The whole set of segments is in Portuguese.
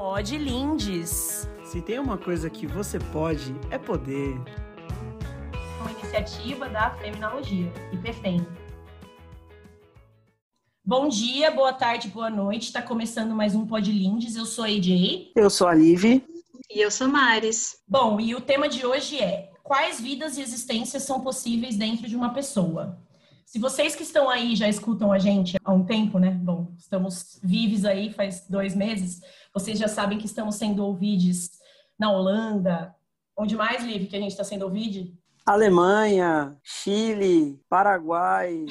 Pode Lindes. Se tem uma coisa que você pode, é poder. Uma iniciativa da Feminologia, IPFEM. Bom dia, boa tarde, boa noite. Está começando mais um Pode Lindes. Eu sou a AJ. Eu sou a Liv. E eu sou Maris. Bom, e o tema de hoje é: quais vidas e existências são possíveis dentro de uma pessoa? Se vocês que estão aí já escutam a gente há um tempo, né? Bom, estamos vivos aí faz 2 meses. Vocês já sabem que estamos sendo ouvidos na Holanda. Onde mais, Liv, que a gente está sendo ouvido? Alemanha, Chile, Paraguai.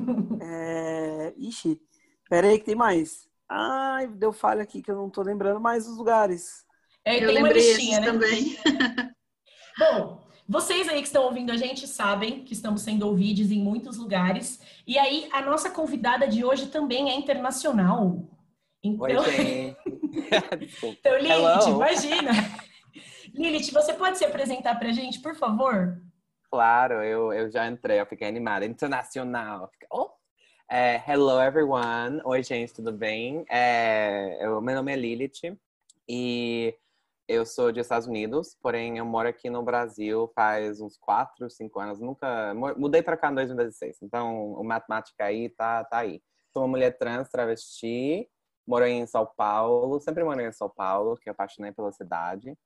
Ixi, peraí que tem mais. Ai, deu falha aqui que eu não tô lembrando mais os lugares. Eu tem uma lembrei listinha, né? também. Bom, vocês aí que estão ouvindo a gente sabem que estamos sendo ouvidos em muitos lugares. E aí, a nossa convidada de hoje também é internacional. Então, Oi, gente. então Lilith, Hello. imagina. Lilith, você pode se apresentar pra gente, por favor? Claro, eu já entrei, eu fiquei animada. Internacional. Hello, everyone. Oi, gente, tudo bem? Meu nome é Lilith e eu sou dos Estados Unidos, porém eu moro aqui no Brasil faz uns 4, 5 anos. Mudei pra cá em 2016, então o matemática aí tá aí. Sou uma mulher trans, travesti, moro em São Paulo, sempre morei em São Paulo, que eu apaixonei pela cidade.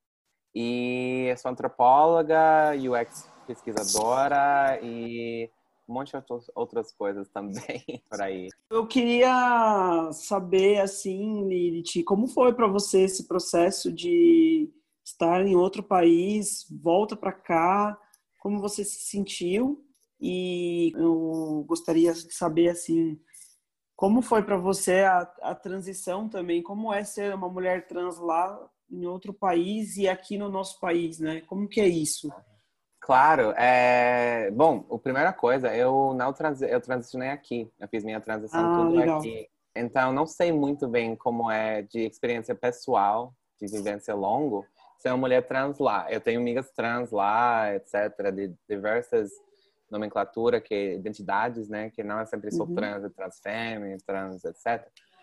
E sou antropóloga, UX pesquisadora e um monte de outras coisas também por aí. Eu queria saber, assim, Lilith, como foi para você esse processo de estar em outro país, volta para cá, como você se sentiu? E eu gostaria de saber, assim, como foi para você a transição também, como é ser uma mulher trans lá em outro país e aqui no nosso país, né? Como que é isso? Claro, bom, a primeira coisa, eu transicionei aqui, eu fiz minha transição tudo legal. aqui. Então, não sei muito bem como é de experiência pessoal, de vivência longo, ser uma mulher trans lá. Eu tenho amigas trans lá, etc., de diversas nomenclaturas, identidades, né, que não é sempre sou trans, é transfêmea, trans, etc.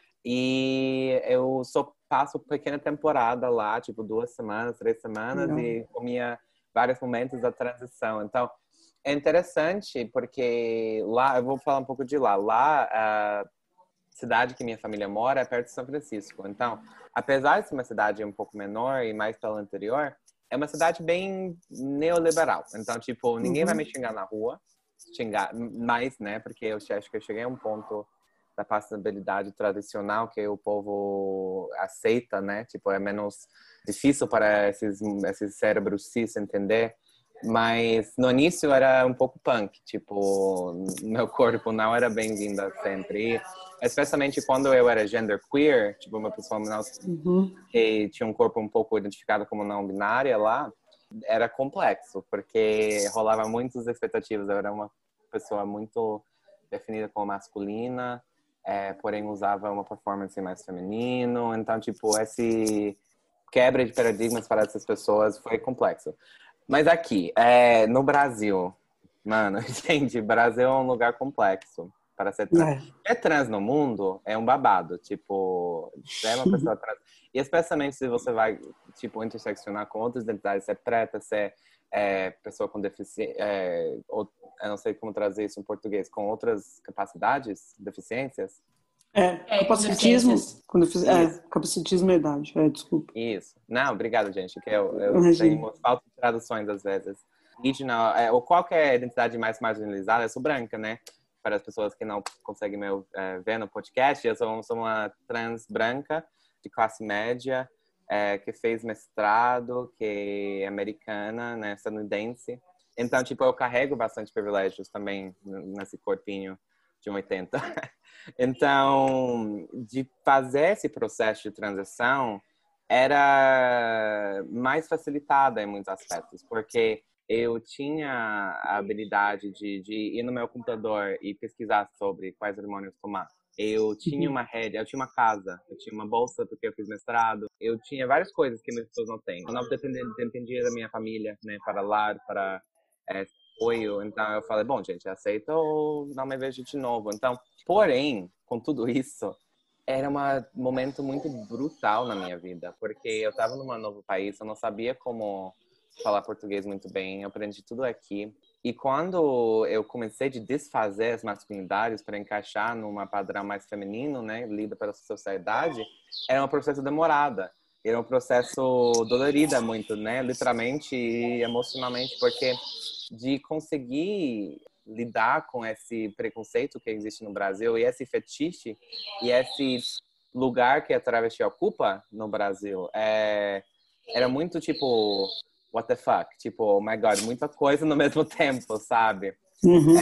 E eu só passo pequena temporada lá, tipo 2 semanas, 3 semanas, Legal. e comia vários momentos da transição. Então, é interessante porque lá, eu vou falar um pouco de lá. Lá, a cidade que minha família mora é perto de São Francisco. Então, apesar de ser uma cidade um pouco menor e mais pelo interior, é uma cidade bem neoliberal. Então, tipo, ninguém vai me xingar na rua, mais, né? Porque eu acho que eu cheguei a um ponto da passabilidade tradicional que o povo aceita, né? Tipo, é menos difícil para esses cérebros cis entender. Mas no início era um pouco punk, tipo, meu corpo não era bem-vinda sempre. E, especialmente quando eu era genderqueer, tipo, uma pessoa que tinha um corpo um pouco identificado como não binária lá, era complexo, porque rolava muitas expectativas. Eu era uma pessoa muito definida como masculina, porém usava uma performance mais feminino. Então, tipo, esse quebra de paradigmas para essas pessoas foi complexo. Mas aqui, no Brasil, mano, gente, Brasil é um lugar complexo para ser trans. Trans no mundo é um babado, tipo, é uma pessoa trans. E especialmente se você vai, tipo, interseccionar com outras identidades, se é preta, se é pessoa com deficiência, eu não sei como trazer isso em português, com outras capacidades, deficiências. Capacitismo. Capacitismo é idade. Desculpa. Isso. Não, obrigado, gente. Que eu tenho falta de traduções às vezes. Indígena, ou qualquer identidade mais marginalizada, eu sou branca, né? Para as pessoas que não conseguem me ver no podcast, eu sou uma trans branca de classe média, que fez mestrado, que é americana, né? Estadunidense. Então, tipo, eu carrego bastante privilégios também nesse corpinho de 80. Então, de fazer esse processo de transição era mais facilitada em muitos aspectos, porque eu tinha a habilidade de ir no meu computador e pesquisar sobre quais hormônios tomar. Eu tinha uma rede, eu tinha uma casa, eu tinha uma bolsa porque eu fiz mestrado, eu tinha várias coisas que muitas pessoas não têm. Eu não dependia da minha família, né, para lar, para apoio. Então eu falei, bom, gente, aceita ou não me vejo de novo. Então, porém, com tudo isso, Era um momento muito brutal na minha vida, porque eu estava num novo país, eu não sabia como falar português muito bem, eu aprendi tudo aqui. E quando eu comecei a desfazer as masculinidades para encaixar numa padrão mais feminino, né, lido pela sociedade, era um processo demorado. Era um processo dolorido muito, né, literalmente e emocionalmente, porque de conseguir lidar com esse preconceito que existe no Brasil e esse fetiche e esse lugar que a travesti ocupa no Brasil, era muito tipo what the fuck, tipo, oh my god, muita coisa no mesmo tempo, sabe? Uhum.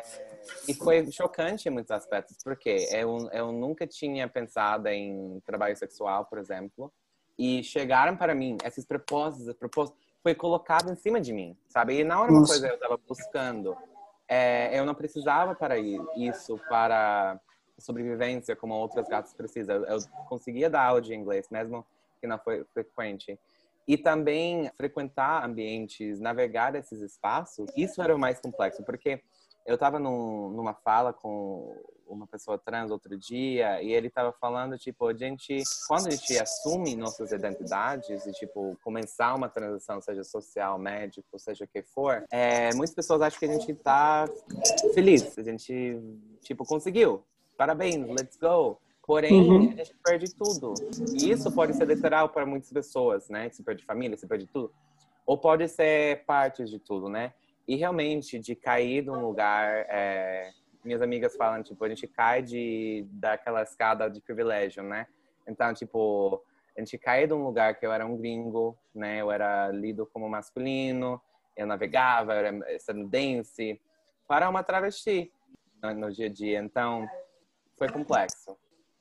E foi chocante em muitos aspectos, porque eu nunca tinha pensado em trabalho sexual, por exemplo, e chegaram para mim esses propósitos, foi colocado em cima de mim, sabe? E não era uma coisa que eu estava buscando. Eu não precisava para isso para sobrevivência como outras gatas precisam. Eu conseguia dar aula de inglês, mesmo que não foi frequente. E também frequentar ambientes, navegar esses espaços, isso era o mais complexo, porque eu estava numa fala com uma pessoa trans outro dia e ele estava falando, tipo, quando a gente assume nossas identidades e, tipo, começar uma transição, seja social, médico, seja o que for, muitas pessoas acham que a gente está feliz, a gente, tipo, conseguiu, parabéns, let's go. Porém, a gente perde tudo. E isso pode ser literal para muitas pessoas, né? Se perde família, se perde tudo. Ou pode ser partes de tudo, né? E realmente, de cair de um lugar... minhas amigas falam, tipo, a gente cai daquela escada de privilégio, né? Então, tipo, a gente cai de um lugar que eu era um gringo, né? Eu era lido como masculino, eu navegava, eu era estadunidense, para uma travesti no dia a dia. Então, foi complexo.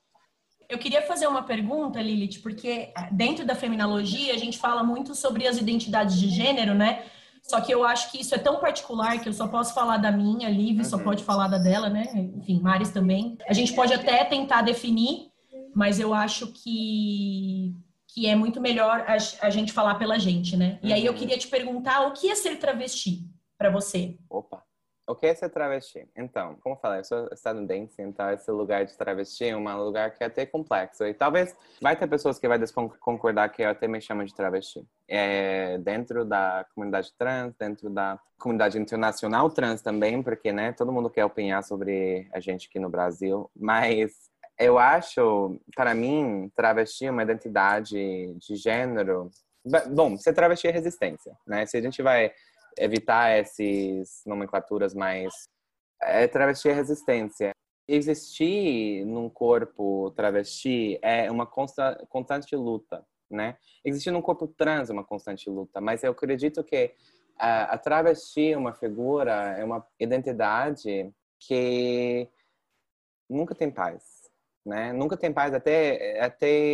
Eu queria fazer uma pergunta, Lilith, porque dentro da feminologia a gente fala muito sobre as identidades de gênero, né? Só que eu acho que isso é tão particular que eu só posso falar da minha, Liv só pode falar da dela, né? Enfim, Maris também. A gente pode até tentar definir, mas eu acho que é muito melhor a gente falar pela gente, né? E aí eu queria te perguntar o que é ser travesti para você? Opa! O que é ser travesti? Então, como eu falei, eu sou estadunidense, então esse lugar de travesti é um lugar que é até complexo. E talvez vai ter pessoas que vai concordar que eu até me chamo de travesti. Dentro da comunidade trans, dentro da comunidade internacional trans também, porque, né, todo mundo quer opinar sobre a gente aqui no Brasil. Mas eu acho, para mim, travesti é uma identidade de gênero. Bom, ser travesti é resistência, né? Se a gente vai evitar essas nomenclaturas mais... travesti é resistência. Existir num corpo travesti é uma constante luta, né? Existir num corpo trans é uma constante luta, mas eu acredito que a travesti é uma figura, é uma identidade que nunca tem paz. Né? Nunca tem paz até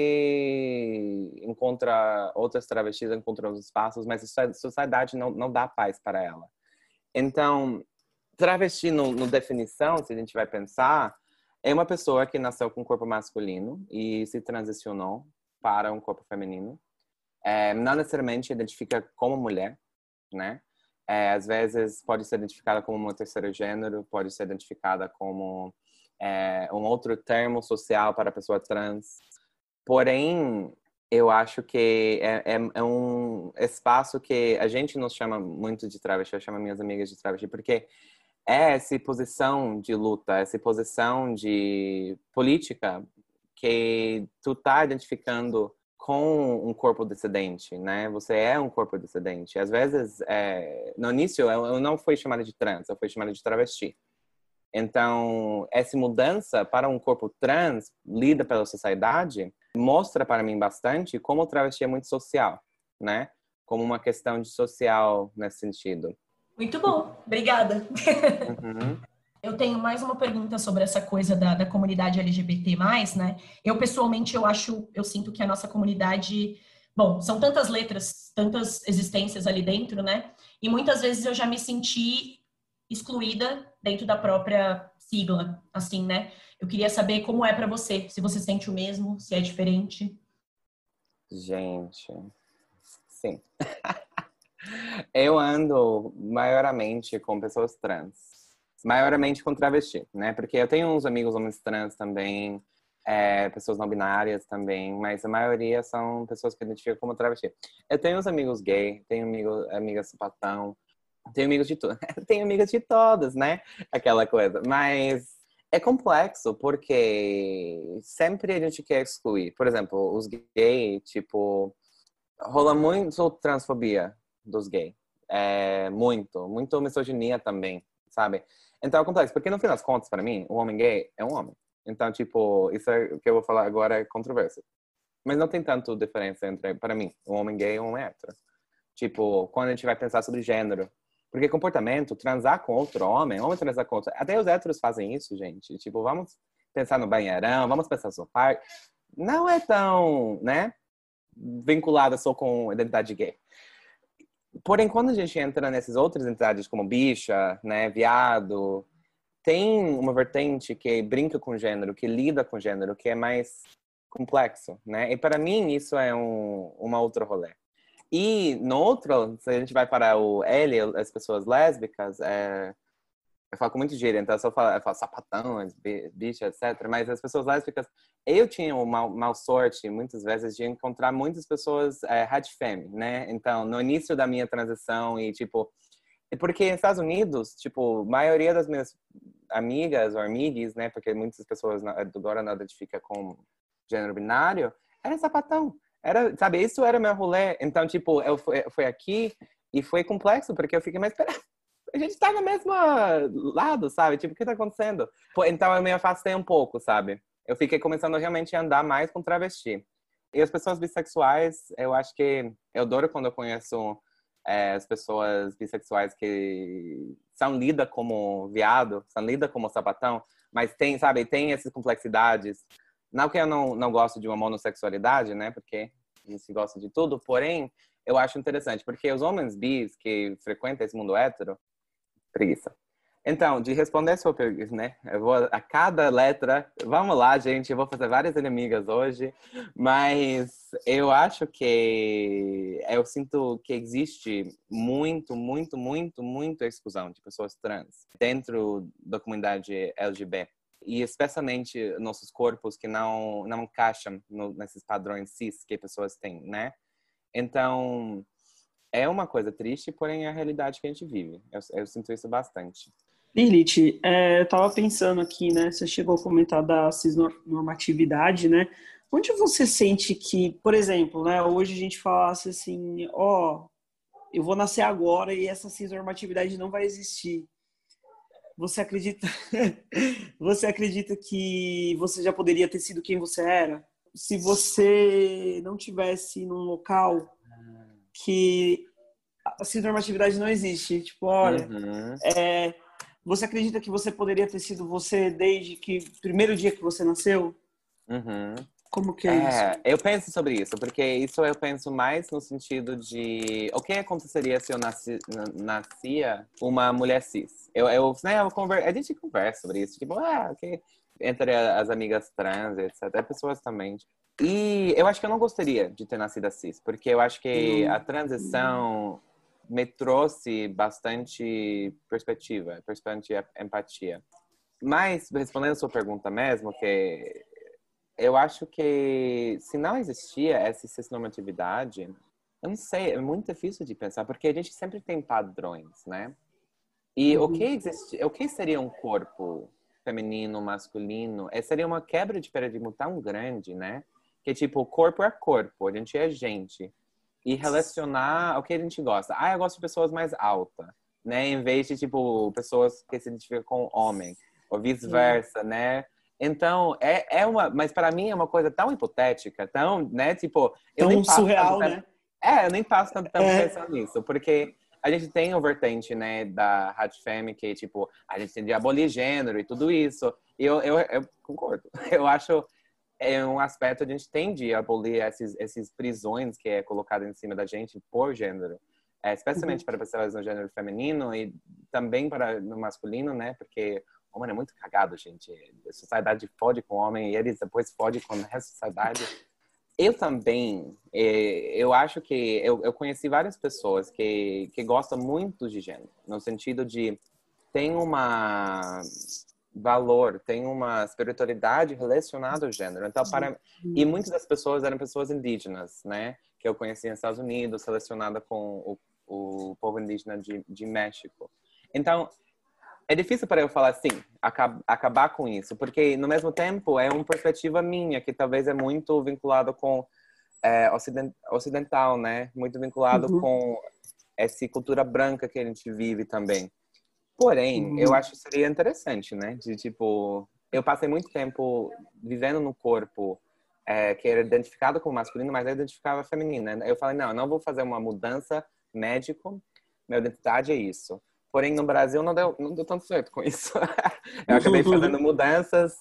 encontra outras travestis, encontra outros espaços, mas a sociedade não dá paz para ela. Então, travesti no definição, se a gente vai pensar, é uma pessoa que nasceu com um corpo masculino e se transicionou para um corpo feminino. Não necessariamente identifica como mulher, né? Às vezes pode ser identificada como um terceiro gênero, pode ser identificada como um outro termo social para a pessoa trans. Porém, eu acho que é um espaço que a gente não chama muito de travesti, eu chamo minhas amigas de travesti, porque é essa posição de luta, essa posição de política que tu tá identificando com um corpo dissidente, né? Você é um corpo dissidente. Às vezes, no início, eu não fui chamada de trans, eu fui chamada de travesti. Então, essa mudança para um corpo trans, lida pela sociedade, mostra para mim bastante como o travesti é muito social, né? Como uma questão de social nesse sentido. Muito bom, obrigada. Eu tenho mais uma pergunta sobre essa coisa da comunidade LGBT+, né? Eu, pessoalmente, eu sinto que a nossa comunidade... Bom, são tantas letras, tantas existências ali dentro, né? E muitas vezes eu já me senti excluída dentro da própria sigla, assim, né? Eu queria saber como é para você, se você sente o mesmo, se é diferente. Gente, sim. Eu ando maiormente com pessoas trans, maiormente com travesti, né? Porque eu tenho uns amigos homens trans também, pessoas não binárias também, mas a maioria são pessoas que identificam como travesti. Eu tenho uns amigos gay, tenho amigas sapatão, tenho amigos de tudo. Tenho amigas de todas, né? Aquela coisa. Mas é complexo, porque sempre a gente quer excluir. Por exemplo, os gays, tipo, rola muito transfobia dos gays. Muito misoginia também, sabe? Então é complexo, porque no fim das contas, para mim, um homem gay é um homem. Então, tipo, isso é o que eu vou falar agora é controverso. Mas não tem tanto diferença entre, para mim, um homem gay e um homem hétero. Tipo, quando a gente vai pensar sobre gênero. Porque comportamento, transar com outro homem transar com outro... Até os héteros fazem isso, gente. Tipo, vamos pensar no banheirão, vamos pensar no parque. Não é tão, né, vinculada só com identidade gay. Porém, quando a gente entra nessas outras entidades como bicha, né, viado, tem uma vertente que brinca com gênero, que lida com gênero, que é mais complexo, né? E para mim isso é uma outra rolê. E no outro, se a gente vai para o L, as pessoas lésbicas, eu falo com muito gíria, então eu falo sapatão, bicha, etc. Mas as pessoas lésbicas, eu tinha uma mal sorte, muitas vezes, de encontrar muitas pessoas radfem, né? Então, no início da minha transição e, tipo... Porque nos Estados Unidos, tipo, a maioria das minhas amigas ou amigues, né? Porque muitas pessoas agora não identificam com gênero binário, era sapatão. Sabe, isso era meu rolê. Então, tipo, eu fui aqui e foi complexo, porque eu fiquei, mas pera, a gente tá no mesmo lado, sabe? Tipo, o que tá acontecendo? Então, eu me afastei um pouco, sabe? Eu fiquei começando realmente a andar mais com travesti. E as pessoas bissexuais, eu acho que... Eu adoro quando eu conheço as pessoas bissexuais que são lidas como viado, são lidas como sapatão, mas tem, sabe, tem essas complexidades. Não que eu não gosto de uma monossexualidade, né? Porque a gente gosta de tudo. Porém, eu acho interessante. Porque os homens bis que frequentam esse mundo hétero, preguiça. Então, de responder a sua pergunta, né? Eu vou a cada letra... Vamos lá, gente. Eu vou fazer várias inimigas hoje. Mas eu acho que... Eu sinto que existe muita exclusão de pessoas trans dentro da comunidade LGBT. E especialmente nossos corpos que não encaixam nesses padrões cis que pessoas têm, né? Então, é uma coisa triste, porém é a realidade que a gente vive. Eu sinto isso bastante. Lilith, eu tava pensando aqui, né? Você chegou a comentar da cisnormatividade, né? Onde você sente que, por exemplo, né? Hoje a gente falasse assim, eu vou nascer agora e essa cisnormatividade não vai existir. Você acredita que você já poderia ter sido quem você era? Se você não tivesse num local que a cisnormatividade não existe, tipo, olha, você acredita que você poderia ter sido você desde que primeiro dia que você nasceu? Como que é isso? Eu penso sobre isso, porque isso eu penso mais no sentido de o que aconteceria se eu nascia uma mulher cis. A gente conversa sobre isso, tipo, okay. Entre as amigas trans, etc. Pessoas também. E eu acho que eu não gostaria de ter nascido cis, porque eu acho que a transição me trouxe bastante perspectiva, bastante empatia. Mas, respondendo a sua pergunta mesmo, que eu acho que se não existia essa cisnormatividade, eu não sei, é muito difícil de pensar, porque a gente sempre tem padrões, né? E o que seria um corpo feminino, masculino? Seria uma quebra de paradigma tão grande, né? Que, tipo, corpo é corpo, a gente é gente. E relacionar o que a gente gosta. Eu gosto de pessoas mais altas, né? Em vez de, tipo, pessoas que se identificam com homem. Ou vice-versa, né? Então, mas para mim é uma coisa tão hipotética, tão, né? Tipo, eu tão nem passo surreal, tanto né? eu nem passo tanto tempo pensando nisso. Porque a gente tem o vertente, né, da radfem, que, tipo, a gente tem de abolir gênero e tudo isso. E eu concordo. Eu acho... É um aspecto, a gente tem de abolir esses prisões que é colocado em cima da gente por gênero. Especialmente para pessoas no gênero feminino e também para no masculino, né? Porque o homem é muito cagado, gente. A sociedade fode com o homem e eles depois fodem com a resto da sociedade. Eu também, eu acho que eu conheci várias pessoas que gostam muito de gênero, no sentido de tem uma valor, tem uma espiritualidade relacionada ao gênero. Então, e muitas das pessoas eram pessoas indígenas, né? Que eu conheci nos Estados Unidos, relacionada com o povo indígena de México. Então, é difícil para eu falar assim, acabar com isso, porque no mesmo tempo é uma perspectiva minha, que talvez é muito vinculada com ocidental, né? Muito vinculado com essa cultura branca que a gente vive também. Porém, eu acho que seria interessante, né? De tipo, eu passei muito tempo vivendo no corpo que era identificado como masculino, mas eu identificava feminino, né? Eu falei, não, eu não vou fazer uma mudança médico, minha identidade é isso. Porém, no Brasil não deu tanto certo com isso. Eu acabei fazendo mudanças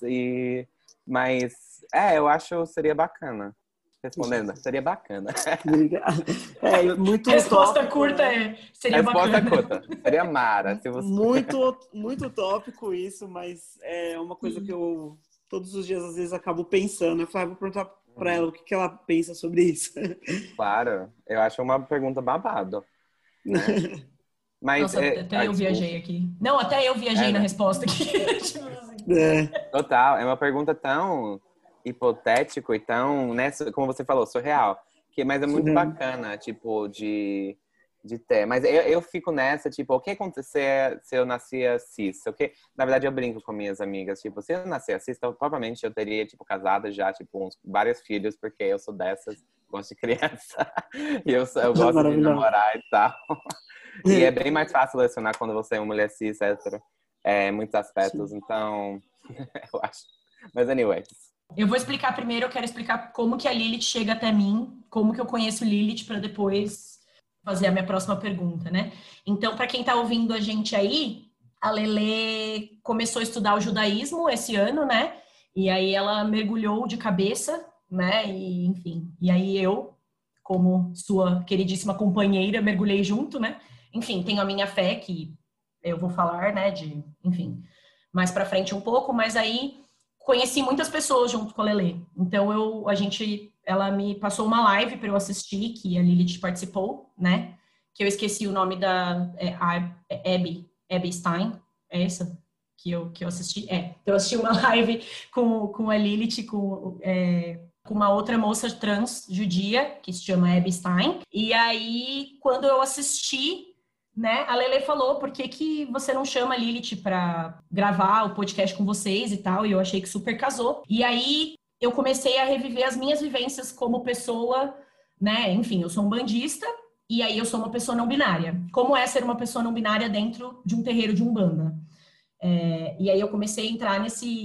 mas eu acho que seria bacana. Respondendo, seria bacana. Obrigada. Muito resposta utópico, curta né? seria resposta bacana. curta. Seria mara. Se você... Muito utópico isso, mas é uma coisa que eu todos os dias às vezes acabo pensando. Eu falo, vou perguntar para ela o que ela pensa sobre isso. Claro, eu acho uma pergunta babado, né? Mas, Nossa, até eu viajei aqui. Não, até eu viajei na né? resposta aqui. Tipo assim. Total, é uma pergunta tão hipotético e tão, né, como você falou, surreal. Mas é muito bacana, tipo, de ter. Mas eu fico nessa, tipo, o que acontecer se eu nascia cis? Na verdade, eu brinco com minhas amigas, tipo, se eu nascer cis, então, provavelmente eu teria, tipo, casada já, tipo, vários filhos, porque eu sou dessas, gosto de criança. E eu gosto de namorar e tal. E é bem mais fácil relacionar quando você é uma mulher cis, hétero, em muitos aspectos. Sim. Então, eu acho. Mas, anyways. Eu vou explicar primeiro, eu quero explicar como que a Lilith chega até mim, como que eu conheço Lilith, para depois fazer a minha próxima pergunta, né? Então, para quem está ouvindo a gente aí, a Lelê começou a estudar o judaísmo esse ano, né? E aí ela mergulhou de cabeça, né? E, enfim, e aí eu, como sua queridíssima companheira, mergulhei junto, né? Enfim, tenho a minha fé, que eu vou falar, né? Enfim, mais para frente um pouco, mas aí conheci muitas pessoas junto com a Lelê. Então, ela me passou uma live para eu assistir, que a Lilith participou, né? Que eu esqueci o nome da Abby Stein, é essa que eu assisti? Então, eu assisti uma live com a Lilith, com uma outra moça trans judia, que se chama Abby Stein. E aí, quando eu assisti, né, a Lelê falou, por que você não chama a Lilith para gravar o podcast com vocês e tal? E eu achei que super casou. E aí, eu comecei a reviver as minhas vivências como pessoa, né? Enfim, eu sou um bandista e aí eu sou uma pessoa não binária. Como é ser uma pessoa não binária dentro de um terreiro de Umbanda? E aí eu comecei a entrar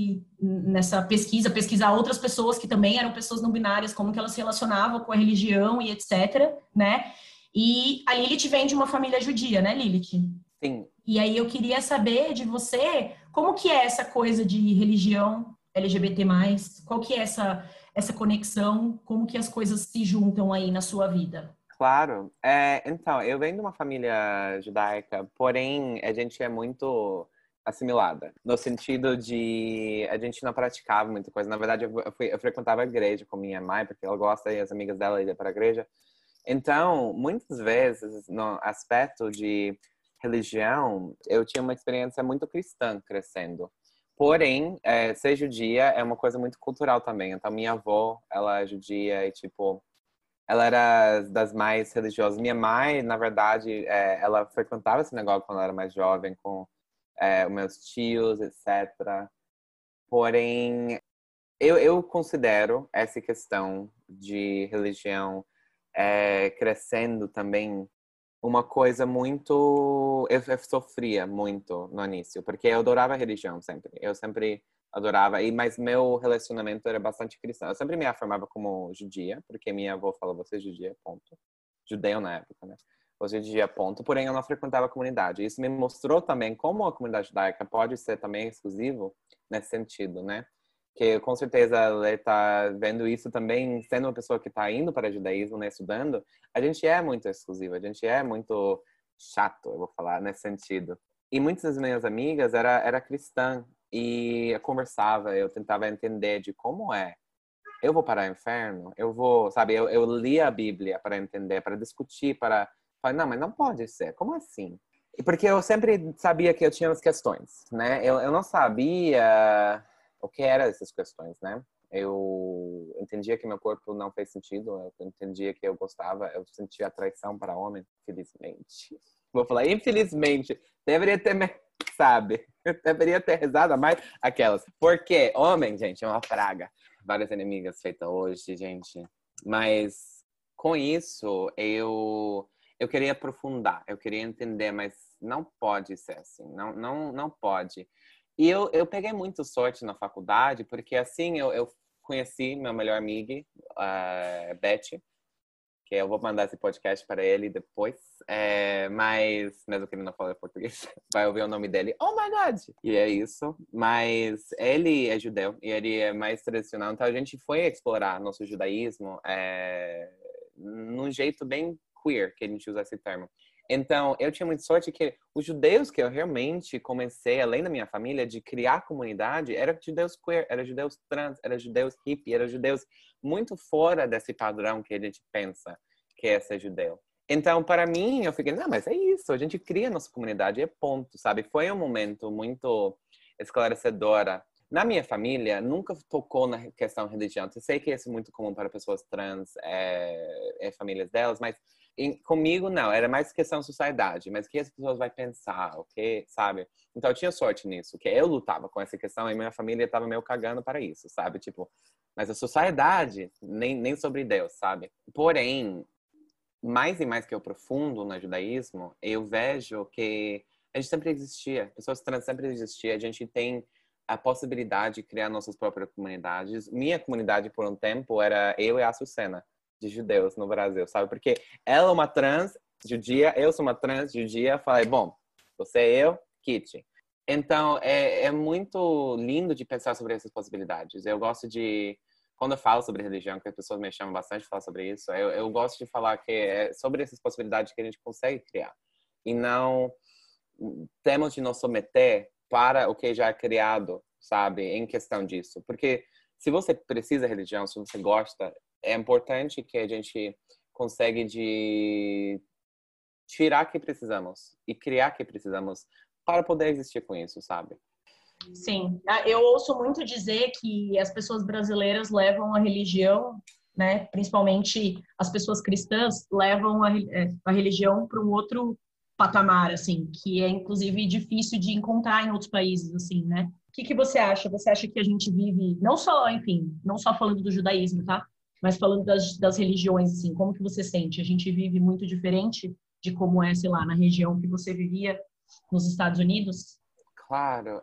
nessa pesquisar outras pessoas que também eram pessoas não binárias, como que elas se relacionavam com a religião e etc, né? E a Lilith vem de uma família judia, né, Lilith? Sim. E aí eu queria saber de você, como que é essa coisa de religião LGBT+, qual que é essa conexão, como que as coisas se juntam aí na sua vida? Claro. Então, eu venho de uma família judaica, porém, a gente é muito assimilada, no sentido de a gente não praticava muita coisa. Na verdade, eu frequentava a igreja com minha mãe, porque ela gosta e as amigas dela iam para a igreja. Então, muitas vezes, no aspecto de religião, eu tinha uma experiência muito cristã crescendo. Porém, ser judia é uma coisa muito cultural também. Então, minha avó, ela é judia e, tipo, ela era das mais religiosas. Minha mãe, na verdade, ela frequentava esse negócio quando ela era mais jovem, com os meus tios, etc. Porém, eu considero essa questão de religião crescendo também uma coisa muito... Eu sofria muito no início, porque eu adorava a religião sempre. Eu sempre adorava, mas meu relacionamento era bastante cristão. Eu sempre me afirmava como judia, porque minha avó falou, você é judia, ponto. Judeu na época, né? Você é judia, ponto. Porém, eu não frequentava a comunidade. Isso me mostrou também como a comunidade judaica pode ser também exclusivo nesse sentido, né? Que com certeza ela está vendo isso também, sendo uma pessoa que está indo para o judaísmo, né, estudando, a gente é muito exclusiva, a gente é muito chato, eu vou falar, nesse sentido. E muitas das minhas amigas era cristã e eu conversava, eu tentava entender de como é. Eu vou para o inferno? Eu vou, sabe, eu lia a Bíblia para entender, para discutir, para falar, não, mas não pode ser, como assim? Porque eu sempre sabia que eu tinha as questões, né? Eu não sabia o que eram essas questões, né? Eu entendia que meu corpo não fez sentido, eu entendia que eu gostava, eu sentia atração para homem, infelizmente. Vou falar, infelizmente, deveria ter, sabe? Eu deveria ter rezado mais aquelas. Porque homem, gente, é uma praga. Várias inimigas feitas hoje, gente. Mas com isso, eu queria aprofundar, eu queria entender, mas não pode ser assim, não pode. E eu peguei muito sorte na faculdade, porque assim eu conheci meu melhor amigo, Beth, que eu vou mandar esse podcast para ele depois, mas mesmo que ele não fale português, vai ouvir o nome dele, oh my God! E é isso, mas ele é judeu e ele é mais tradicional, então a gente foi explorar nosso judaísmo num jeito bem queer, que a gente usa esse termo. Então, eu tinha muita sorte que os judeus que eu realmente comecei, além da minha família, de criar comunidade, eram judeus queer, eram judeus trans, eram judeus hippie, eram judeus muito fora desse padrão que a gente pensa que é ser judeu. Então, para mim, eu fiquei, não, mas é isso, a gente cria nossa comunidade, é ponto, sabe? Foi um momento muito esclarecedora. Na minha família, nunca tocou na questão religião. Eu sei que isso é muito comum para pessoas trans, famílias delas, mas comigo não, era mais questão sociedade, mas o que as pessoas vão pensar, o que, sabe? Então eu tinha sorte nisso, que eu lutava com essa questão e minha família estava meio cagando para isso, sabe? Tipo, mas a sociedade, nem sobre Deus, sabe? Porém, mais e mais que eu aprofundo no judaísmo, eu vejo que a gente sempre existia, pessoas trans sempre existiam, a gente tem a possibilidade de criar nossas próprias comunidades. Minha comunidade, por um tempo, era eu e a Açucena, de judeus no Brasil, sabe? Porque ela é uma trans judia, eu sou uma trans judia. Falei, bom, você é eu, Kitty. Então, é muito lindo de pensar sobre essas possibilidades. Eu gosto de, quando eu falo sobre religião, que as pessoas me chamam bastante de falar sobre isso, eu gosto de falar que é sobre essas possibilidades que a gente consegue criar. E não temos de nos someter para o que já é criado, sabe? Em questão disso. Porque se você precisa de religião, se você gosta, é importante que a gente consegue de tirar o que precisamos e criar o que precisamos para poder existir com isso, sabe? Sim, eu ouço muito dizer que as pessoas brasileiras levam a religião, né, principalmente as pessoas cristãs, levam a religião para um outro patamar, assim, que é inclusive difícil de encontrar em outros países, assim, né? O que você acha? Você acha que a gente vive, não só, enfim, não só falando do judaísmo, tá? Mas falando das religiões, assim, como que você sente? A gente vive muito diferente de como é, sei lá, na região que você vivia nos Estados Unidos? Claro.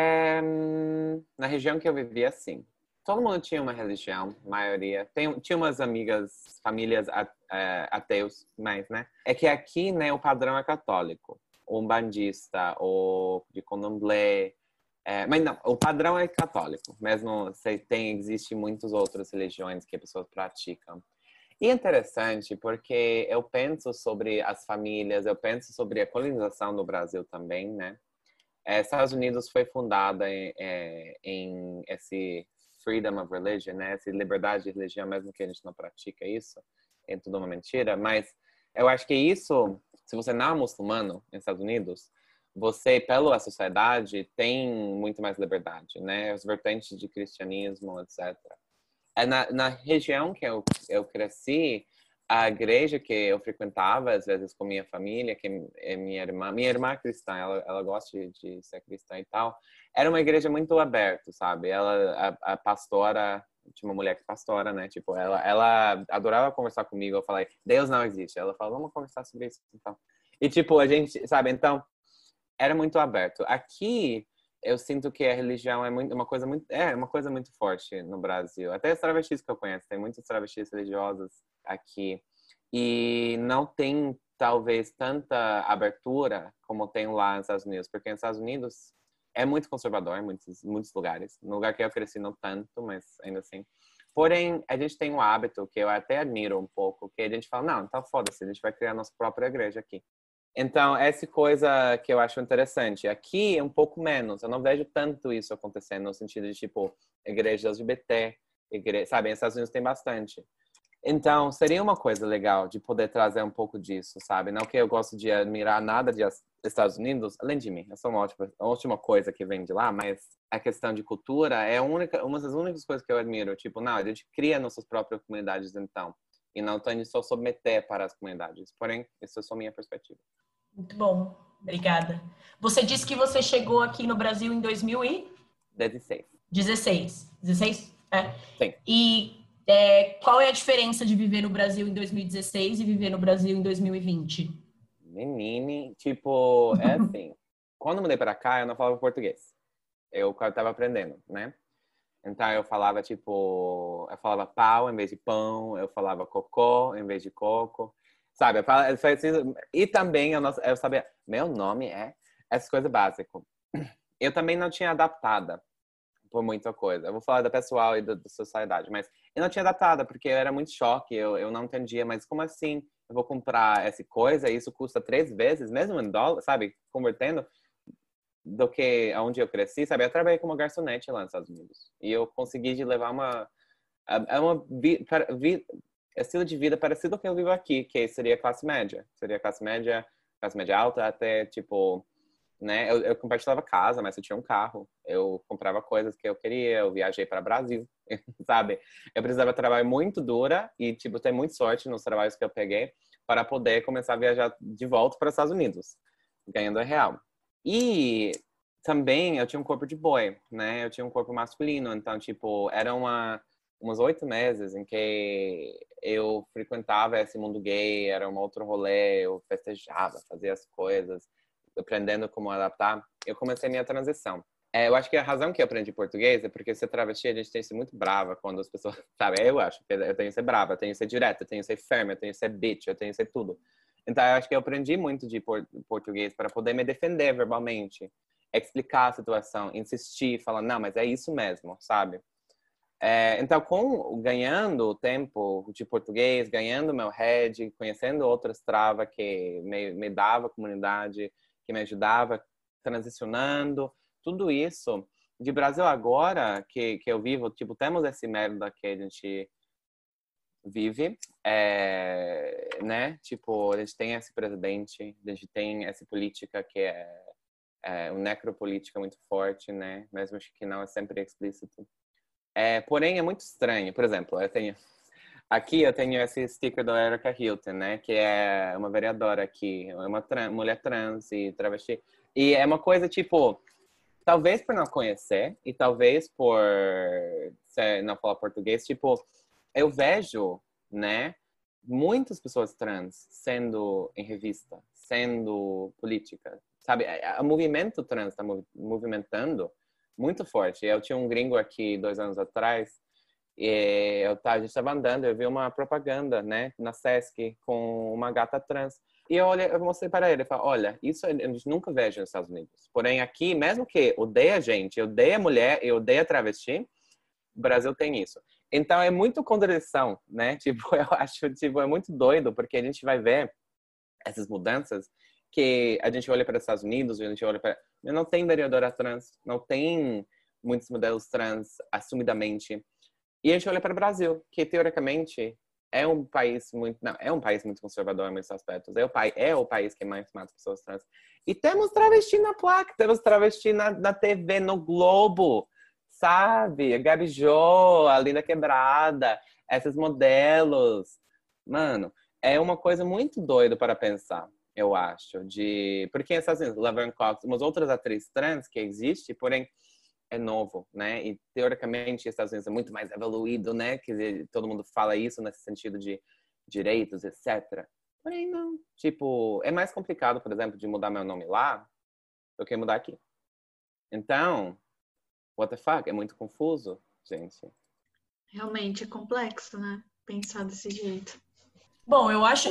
Na região que eu vivia, sim. Todo mundo tinha uma religião, a maioria. Tinha umas amigas, famílias ateus, mas, né? É que aqui, né, o padrão é católico. Umbandista, ou de candomblé. Mas não, o padrão é católico. Mesmo existe muitas outras religiões que as pessoas praticam. E é interessante porque eu penso sobre as famílias, eu penso sobre a colonização do Brasil também, né? Estados Unidos foi fundada em esse freedom of religion, né? Essa liberdade de religião, mesmo que a gente não pratica isso, é tudo uma mentira. Mas eu acho que isso, se você não é muçulmano nos Estados Unidos, você, pela sociedade, tem muito mais liberdade, né? As vertentes de cristianismo, etc. Na região que eu cresci, a igreja que eu frequentava, às vezes com minha família, que é minha irmã é cristã, ela gosta de ser cristã e tal, era uma igreja muito aberta, sabe? A pastora, tinha uma mulher que pastora, né? Tipo, ela adorava conversar comigo. Eu falei, Deus não existe. Ela falou, vamos conversar sobre isso, então. E tipo, a gente, sabe? Então, era muito aberto. Aqui, eu sinto que a religião é uma coisa muito forte no Brasil. Até as travestis que eu conheço, tem muitas travestis religiosas aqui. E não tem, talvez, tanta abertura como tem lá nos Estados Unidos. Porque nos Estados Unidos é muito conservador em muitos lugares. No lugar que eu cresci, não tanto, mas ainda assim. Porém, a gente tem um hábito que eu até admiro um pouco, que a gente fala, não, então foda-se, a gente vai criar nossa própria igreja aqui. Então, essa coisa que eu acho interessante. Aqui é um pouco menos. Eu não vejo tanto isso acontecendo no sentido de, tipo, igreja LGBT, sabe? Nos Estados Unidos tem bastante. Então, seria uma coisa legal de poder trazer um pouco disso, sabe? Não que eu gosto de admirar nada de Estados Unidos, além de mim. Eu sou uma ótima coisa que vem de lá, mas a questão de cultura é uma das únicas coisas que eu admiro. Tipo, não, a gente cria nossas próprias comunidades, então. E não tem só submeter para as comunidades. Porém, essa é só minha perspectiva. Muito bom. Obrigada. Você disse que você chegou aqui no Brasil em 2016. 16? É. Sim. E qual é a diferença de viver no Brasil em 2016 e viver no Brasil em 2020? Menine, tipo, é assim. Quando eu mudei para cá, eu não falava português. Eu estava aprendendo, né? Então eu falava, tipo, eu falava pau em vez de pão, eu falava cocô em vez de coco. Sabe, e também eu sabia, meu nome é essas coisas básicas. Eu também não tinha adaptada por muita coisa. Eu vou falar da pessoal e da sociedade, mas eu não tinha adaptada porque era muito choque, eu não entendia, mas como assim eu vou comprar essa coisa e isso custa 3 vezes, mesmo em dólar, sabe, convertendo, do que onde eu cresci, sabe? Eu trabalhei como garçonete lá nos Estados Unidos e eu consegui de levar estilo de vida parecido com o que eu vivo aqui, que seria classe média. Seria classe média alta, até, tipo, né? Eu compartilhava casa, mas eu tinha um carro. Eu comprava coisas que eu queria, eu viajei para o Brasil, sabe? Eu precisava trabalhar muito dura e, tipo, ter muita sorte nos trabalhos que eu peguei para poder começar a viajar de volta para os Estados Unidos, ganhando real. E também eu tinha um corpo de boy, né? Eu tinha um corpo masculino, então, tipo, era uns 8 meses em que eu frequentava esse mundo gay, era um outro rolê, eu festejava, fazia as coisas, aprendendo como adaptar. Eu comecei minha transição. Eu acho que a razão que eu aprendi português é porque ser travesti, a gente tem que ser muito brava quando as pessoas... Sabe, eu acho que eu tenho que ser brava, eu tenho que ser direta, eu tenho que ser firme, eu tenho que ser bitch, eu tenho que ser tudo. Então, eu acho que eu aprendi muito de português para poder me defender verbalmente, explicar a situação, insistir, falar, não, mas é isso mesmo, sabe? Então, ganhando o tempo de português, ganhando meu head, conhecendo outras travas que me dava comunidade, que me ajudava, transicionando, tudo isso. De Brasil agora, que eu vivo, tipo, temos esse merda que a gente vive, né? Tipo, a gente tem esse presidente, a gente tem essa política que é uma necropolítica muito forte, né? Mesmo que não é sempre explícito. Porém, é muito estranho. Por exemplo, eu tenho esse sticker da Erica Hilton, né? Que é uma vereadora aqui, uma mulher trans e travesti. E é uma coisa, tipo, talvez por não conhecer e talvez por não falar português, tipo, eu vejo, né, muitas pessoas trans sendo em revista, sendo política, sabe? O movimento trans está movimentando muito forte. Eu tinha um gringo aqui 2 anos atrás e a gente estava andando, eu vi uma propaganda, né, na Sesc com uma gata trans. E eu mostrei para ele, falei, olha, isso a gente nunca vejo nos Estados Unidos. Porém, aqui, mesmo que odeia a gente, odeia a mulher e odeia a travesti, o Brasil tem isso. Então, é muito contradição, né? Tipo, eu acho, tipo, é muito doido, porque a gente vai ver essas mudanças que a gente olha para os Estados Unidos, a gente olha para... Não tem vereadora trans, não tem muitos modelos trans, assumidamente. E a gente olha para o Brasil, que, teoricamente, é um país muito conservador em muitos aspectos. É o país que mais mata pessoas trans. E temos travesti na placa, temos travesti na TV, no Globo, sabe? A Gabi Jo, a Linda Quebrada, esses modelos. Mano, é uma coisa muito doida para pensar, eu acho. Porque, assim, Laverne Cox, umas outras atrizes trans que existem, porém, é novo, né? E, teoricamente, os Estados Unidos é muito mais evoluído, né? Que todo mundo fala isso nesse sentido de direitos, etc. Porém, não. Tipo, é mais complicado, por exemplo, de mudar meu nome lá do que mudar aqui. Então, what the fuck? É muito confuso, gente. Realmente é complexo, né? Pensar desse jeito. Bom, eu acho,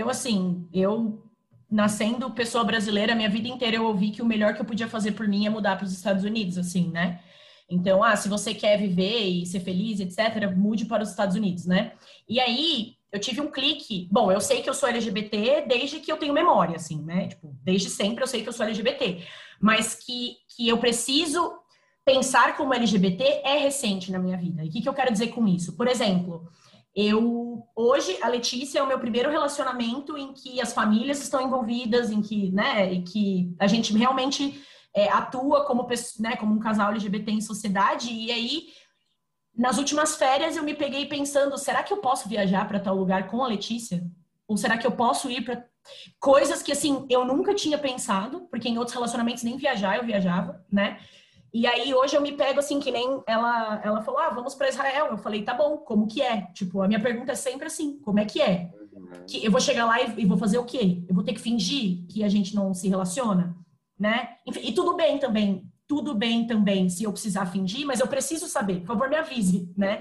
eu nascendo pessoa brasileira, minha vida inteira eu ouvi que o melhor que eu podia fazer por mim é mudar para os Estados Unidos, assim, né? Então, se você quer viver e ser feliz, etc., mude para os Estados Unidos, né? E aí, eu tive um clique. Bom, eu sei que eu sou LGBT desde que eu tenho memória, assim, né? Tipo, desde sempre eu sei que eu sou LGBT. Mas que eu preciso pensar como LGBT é recente na minha vida. E o que eu quero dizer com isso? Por exemplo, Hoje, a Letícia é o meu primeiro relacionamento em que as famílias estão envolvidas, em que, né, e que a gente realmente atua como, né, como um casal LGBT em sociedade. E aí, nas últimas férias, eu me peguei pensando, será que eu posso viajar para tal lugar com a Letícia? Ou será que eu posso ir para coisas que, assim, eu nunca tinha pensado, porque em outros relacionamentos nem viajar eu viajava, né? E aí hoje eu me pego assim, que nem ela falou, vamos para Israel. Eu falei, tá bom, como que é? Tipo, a minha pergunta é sempre assim, como é que é? Que eu vou chegar lá e vou fazer o quê? Eu vou ter que fingir que a gente não se relaciona, né? Enfim, e tudo bem também, se eu precisar fingir, mas eu preciso saber, por favor, me avise, né?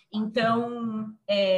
Então,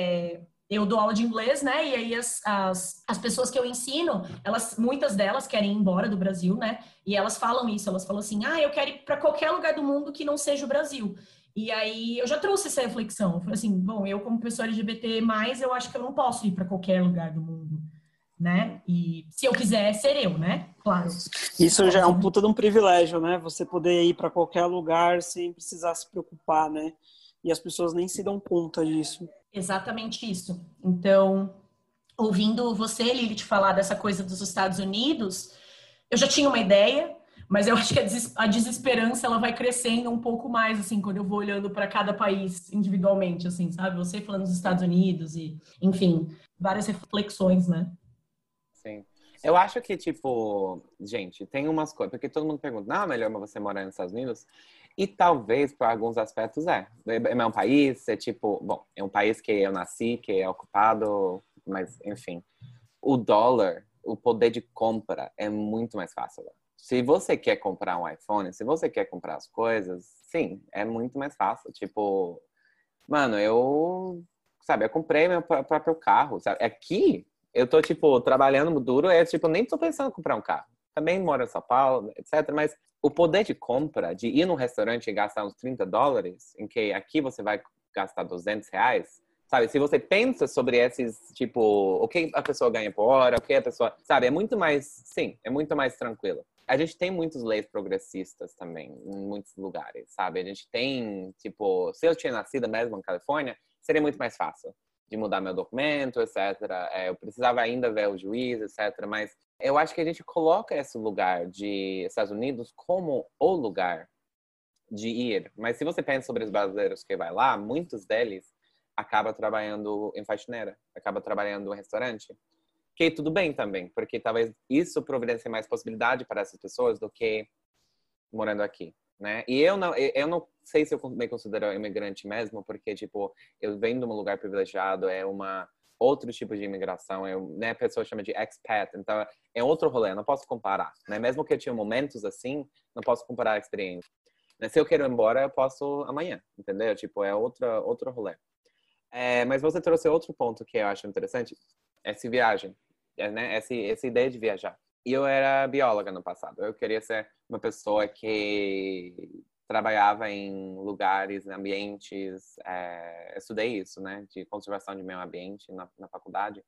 eu dou aula de inglês, né? E aí as pessoas que eu ensino, muitas delas querem ir embora do Brasil, né? E elas falam isso, elas falam assim, eu quero ir para qualquer lugar do mundo que não seja o Brasil. E aí eu já trouxe essa reflexão. Eu falei assim, bom, eu como pessoa LGBT+, eu acho que eu não posso ir para qualquer lugar do mundo, né? E se eu quiser ser eu, né? Claro. Isso já é um puta de um privilégio, né? Você poder ir para qualquer lugar sem precisar se preocupar, né? E as pessoas nem se dão conta disso. Exatamente isso. Então, ouvindo você, Lilith, falar dessa coisa dos Estados Unidos, eu já tinha uma ideia, mas eu acho que a desesperança ela vai crescendo um pouco mais, assim, quando eu vou olhando para cada país individualmente, assim, sabe? Você falando dos Estados Unidos e, enfim, várias reflexões, né? Sim. Eu acho que, tipo, gente, tem umas coisas, porque todo mundo pergunta, não, é melhor você morar nos Estados Unidos? E talvez, por alguns aspectos, é um país, tipo, bom, é um país que eu nasci, que é ocupado, mas, enfim. O dólar, o poder de compra é muito mais fácil lá. Se você quer comprar um iPhone, se você quer comprar as coisas, sim, é muito mais fácil. Tipo, mano, eu comprei meu próprio carro, sabe? Aqui, eu tô, tipo, trabalhando duro, tipo, nem tô pensando em comprar um carro. Também moro em São Paulo, etc. Mas o poder de compra, de ir num restaurante e gastar uns $30, em que aqui você vai gastar R$ 200, sabe? Se você pensa sobre esses, tipo, o que a pessoa ganha por hora, o que a pessoa, sabe? É muito mais, sim, é muito mais tranquilo. A gente tem muitas leis progressistas também, em muitos lugares, sabe? A gente tem, tipo, se eu tinha nascido mesmo na Califórnia, seria muito mais fácil de mudar meu documento, etc. Eu precisava ainda ver o juiz, etc. Mas eu acho que a gente coloca esse lugar de Estados Unidos como o lugar de ir. Mas se você pensa sobre os brasileiros que vai lá, muitos deles acabam trabalhando em faxineira, acabam trabalhando em restaurante. Que tudo bem também, porque talvez isso providencie mais possibilidade para essas pessoas do que morando aqui, né? E eu não sei se eu me considero imigrante mesmo, porque, tipo, eu venho de um lugar privilegiado, outro tipo de imigração, né, a pessoa chama de expat, então é outro rolê, não posso comparar, né? Mesmo que eu tinha momentos assim, não posso comparar a experiência. Se eu quero ir embora, eu posso amanhã, entendeu? Tipo, é outro rolê. Mas você trouxe outro ponto que eu acho interessante, essa viagem, né? Essa ideia de viajar. E eu era bióloga no passado. Eu queria ser uma pessoa que trabalhava em lugares, em ambientes. Estudei isso, né? De conservação de meio ambiente na faculdade.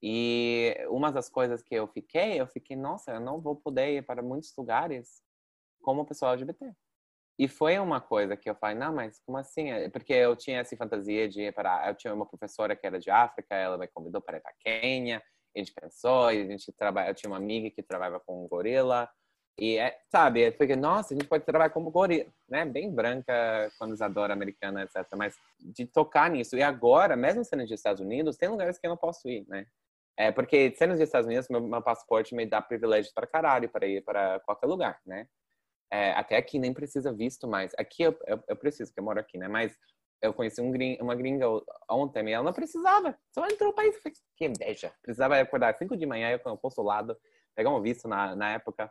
E uma das coisas que eu fiquei, nossa, eu não vou poder ir para muitos lugares como pessoa LGBT. E foi uma coisa que eu falei, não, mas como assim? Porque eu tinha essa fantasia de ir para... Eu tinha uma professora que era de África, ela me convidou para ir para Quênia. A gente pensou, e eu tinha uma amiga que trabalhava com um gorila. E, sabe, eu fiquei, nossa, a gente pode trabalhar como gorila, né? Bem branca, colonizadora americana, etc. Mas de tocar nisso. E agora, mesmo sendo dos Estados Unidos, tem lugares que eu não posso ir, né? Porque sendo dos Estados Unidos, meu passaporte me dá privilégios para caralho para ir para qualquer lugar, né? Até aqui nem precisa visto mais. Aqui eu preciso, porque eu moro aqui, né? Mas eu conheci uma gringa ontem e ela não precisava. Só entrou no país. Que inveja. Precisava acordar às 5 de manhã, eu com o consulado, pegar um visto na época.